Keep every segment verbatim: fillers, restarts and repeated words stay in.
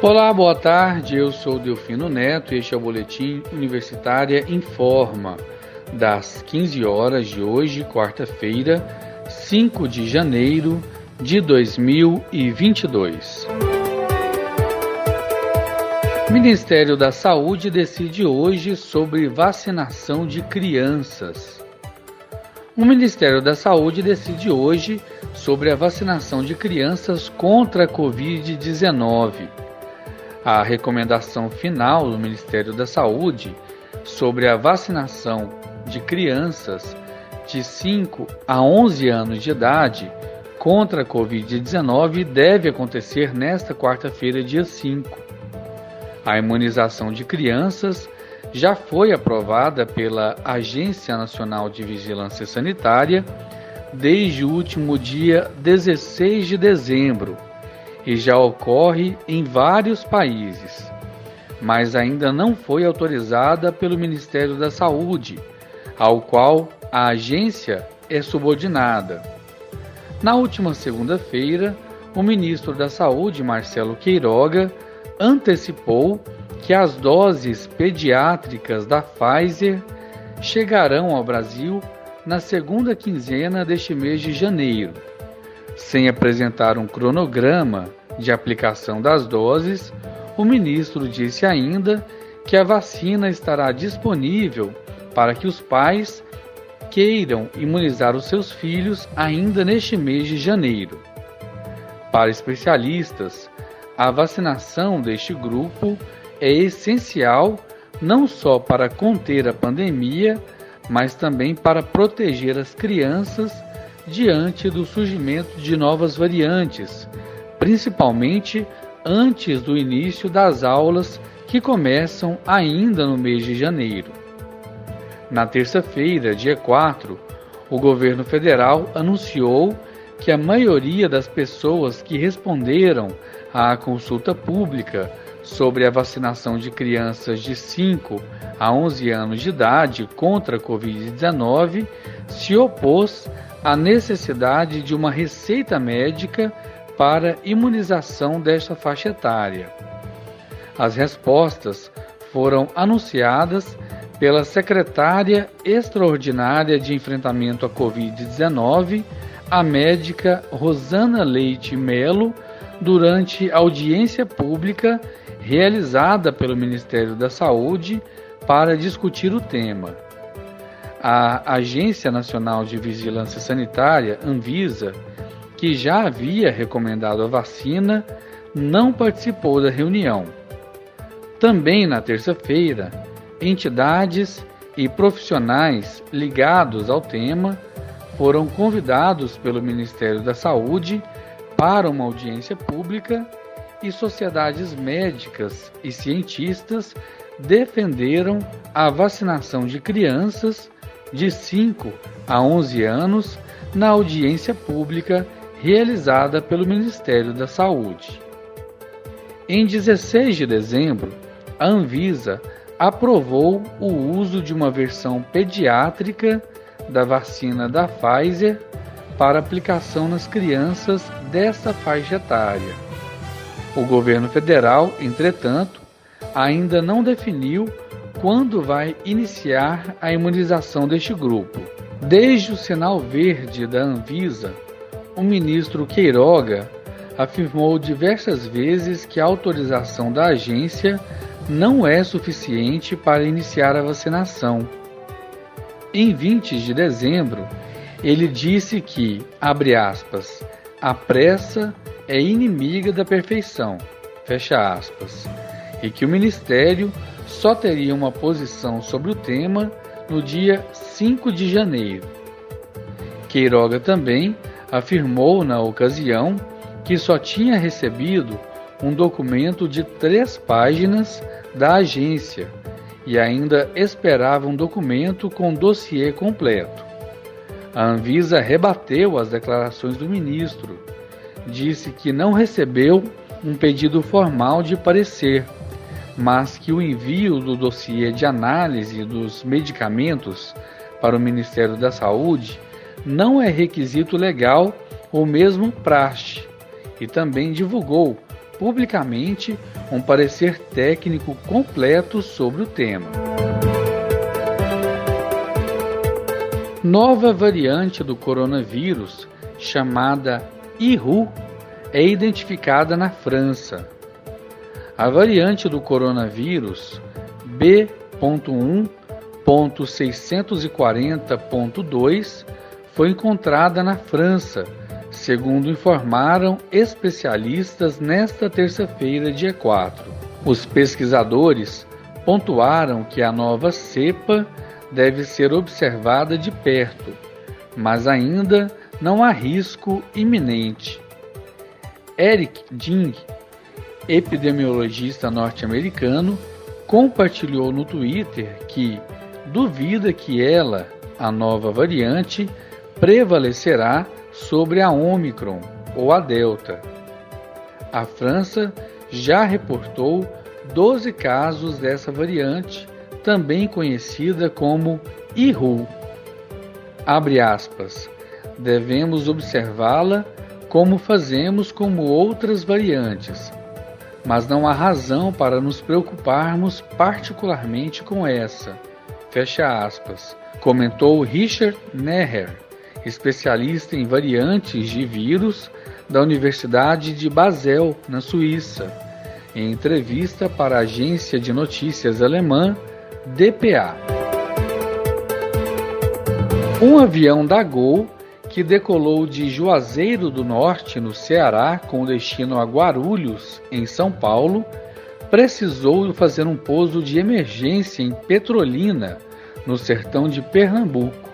Olá, boa tarde, eu sou Delfino Neto e este é o Boletim Universitária Informa, das quinze horas de hoje, quarta-feira, cinco de janeiro de dois mil e vinte e dois. O Ministério da Saúde decide hoje sobre vacinação de crianças. O Ministério da Saúde decide hoje sobre a vacinação de crianças contra a covid dezenove. A recomendação final do Ministério da Saúde sobre a vacinação de crianças de cinco a onze anos de idade contra a covid dezenove deve acontecer nesta quarta-feira, dia cinco. A imunização de crianças já foi aprovada pela Agência Nacional de Vigilância Sanitária desde o último dia dezesseis de dezembro e já ocorre em vários países, mas ainda não foi autorizada pelo Ministério da Saúde, ao qual a agência é subordinada. Na última segunda-feira, o ministro da Saúde, Marcelo Queiroga, antecipou que as doses pediátricas da Pfizer chegarão ao Brasil na segunda quinzena deste mês de janeiro. Sem apresentar um cronograma de aplicação das doses, o ministro disse ainda que a vacina estará disponível para que os pais queiram imunizar os seus filhos ainda neste mês de janeiro. Para especialistas, a vacinação deste grupo é essencial não só para conter a pandemia, mas também para proteger as crianças diante do surgimento de novas variantes, principalmente antes do início das aulas que começam ainda no mês de janeiro. Na terça-feira, dia quatro, o governo federal anunciou que a maioria das pessoas que responderam à consulta pública sobre a vacinação de crianças de cinco a onze anos de idade contra a covid dezenove se opôs à necessidade de uma receita médica para imunização desta faixa etária. As respostas foram anunciadas pela secretária extraordinária de enfrentamento à covid dezenove, a médica Rosana Leite Melo, durante audiência pública realizada pelo Ministério da Saúde para discutir o tema. A Agência Nacional de Vigilância Sanitária, Anvisa, que já havia recomendado a vacina, não participou da reunião. Também na terça-feira, entidades e profissionais ligados ao tema foram convidados pelo Ministério da Saúde para uma audiência pública e sociedades médicas e cientistas defenderam a vacinação de crianças de cinco a onze anos na audiência pública realizada pelo Ministério da Saúde. Em dezesseis de dezembro, a Anvisa aprovou o uso de uma versão pediátrica da vacina da Pfizer para aplicação nas crianças desta faixa etária. O governo federal, entretanto, ainda não definiu quando vai iniciar a imunização deste grupo. Desde o sinal verde da Anvisa, o ministro Queiroga afirmou diversas vezes que a autorização da agência não é suficiente para iniciar a vacinação. Em vinte de dezembro, ele disse que, abre aspas, a pressa é inimiga da perfeição, fecha aspas, e que o Ministério só teria uma posição sobre o tema no dia cinco de janeiro. Queiroga também afirmou na ocasião que só tinha recebido um documento de três páginas da agência e ainda esperava um documento com dossiê completo. A Anvisa rebateu as declarações do ministro, disse que não recebeu um pedido formal de parecer, mas que o envio do dossiê de análise dos medicamentos para o Ministério da Saúde não é requisito legal ou mesmo praxe, e também divulgou publicamente um parecer técnico completo sobre o tema. Nova variante do coronavírus, chamada I R U, é identificada na França. A variante do coronavírus B ponto um ponto seiscentos e quarenta ponto dois foi encontrada na França, segundo informaram especialistas nesta terça-feira, dia quatro. Os pesquisadores pontuaram que a nova cepa deve ser observada de perto, mas ainda não há risco iminente. Eric Ding, epidemiologista norte-americano, compartilhou no Twitter que duvida que ela, a nova variante, prevalecerá sobre a Ômicron ou a Delta. A França já reportou doze casos dessa variante, também conhecida como I R U. Abre aspas. Devemos observá-la como fazemos com outras variantes, mas não há razão para nos preocuparmos particularmente com essa. Fecha aspas. Comentou Richard Neher, especialista em variantes de vírus da Universidade de Basel, na Suíça, em entrevista para a agência de notícias alemã D P A. Um avião da Gol, que decolou de Juazeiro do Norte, no Ceará, com destino a Guarulhos, em São Paulo, precisou fazer um pouso de emergência em Petrolina, no sertão de Pernambuco.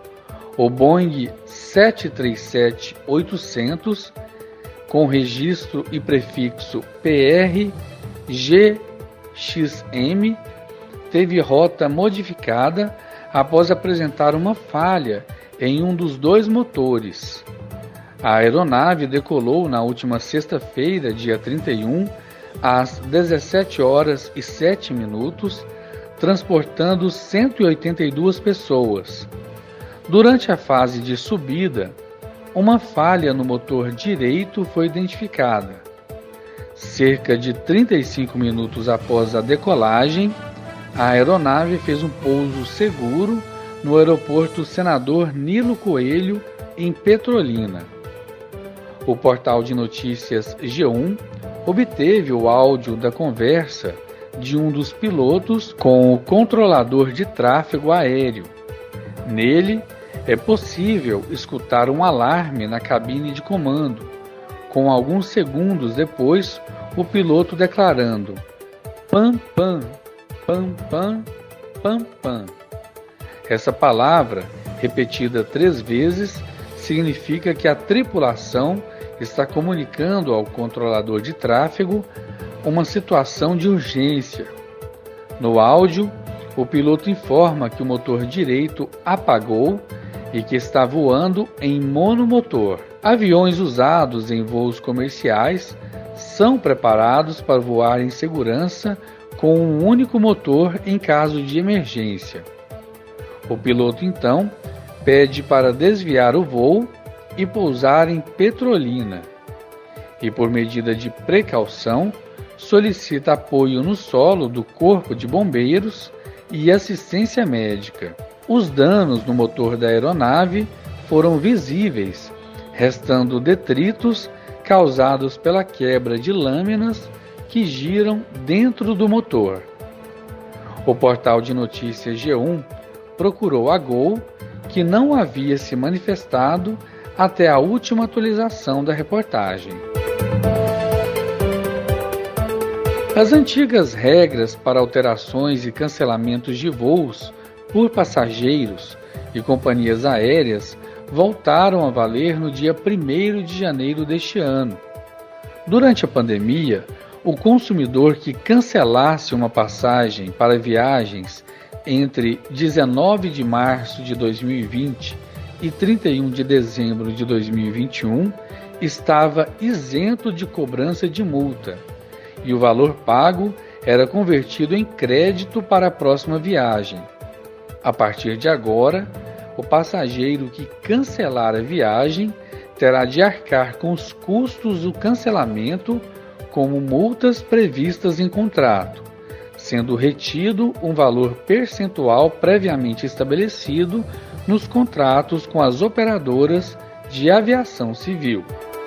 O Boeing sete três sete oitocentos, com registro e prefixo P R G X M, teve rota modificada após apresentar uma falha em um dos dois motores. A aeronave decolou na última sexta-feira, dia trinta e um, às dezessete horas e sete minutos, transportando cento e oitenta e duas pessoas. Durante a fase de subida, uma falha no motor direito foi identificada. Cerca de trinta e cinco minutos após a decolagem, a aeronave fez um pouso seguro no aeroporto Senador Nilo Coelho, em Petrolina. O portal de notícias G um obteve o áudio da conversa de um dos pilotos com o controlador de tráfego aéreo. Nele, é possível escutar um alarme na cabine de comando, com alguns segundos depois o piloto declarando pam pam, pam pam, pam pam. Essa palavra, repetida três vezes, significa que a tripulação está comunicando ao controlador de tráfego uma situação de urgência. No áudio, o piloto informa que o motor direito apagou e que está voando em monomotor. Aviões usados em voos comerciais são preparados para voar em segurança com um único motor em caso de emergência. O piloto, então, pede para desviar o voo e pousar em Petrolina. E, por medida de precaução, solicita apoio no solo do Corpo de Bombeiros e assistência médica. Os danos no motor da aeronave foram visíveis, restando detritos causados pela quebra de lâminas que giram dentro do motor. O portal de notícias G um procurou a Gol, que não havia se manifestado até a última atualização da reportagem. As antigas regras para alterações e cancelamentos de voos por passageiros e companhias aéreas voltaram a valer no dia primeiro de janeiro deste ano. Durante a pandemia, o consumidor que cancelasse uma passagem para viagens entre dezenove de março de dois mil e vinte e trinta e um de dezembro de dois mil e vinte e um estava isento de cobrança de multa, e o valor pago era convertido em crédito para a próxima viagem. A partir de agora, o passageiro que cancelar a viagem terá de arcar com os custos do cancelamento como multas previstas em contrato, sendo retido um valor percentual previamente estabelecido nos contratos com as operadoras de aviação civil.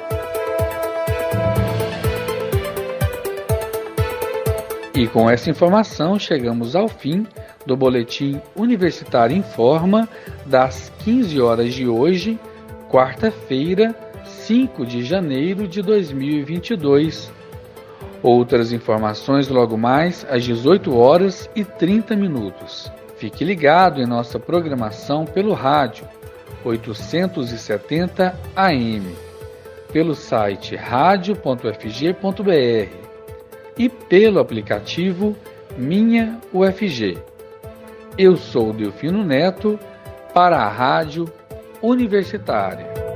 E com essa informação chegamos ao fim do Boletim Universitário Informa das quinze horas de hoje, quarta-feira, cinco de janeiro de dois mil e vinte e dois. Outras informações logo mais às dezoito horas e trinta minutos. Fique ligado em nossa programação pelo rádio oitocentos e setenta A M, pelo site radio ponto f g ponto b r e pelo aplicativo Minha U F G. Eu sou Delfino Neto para a Rádio Universitária.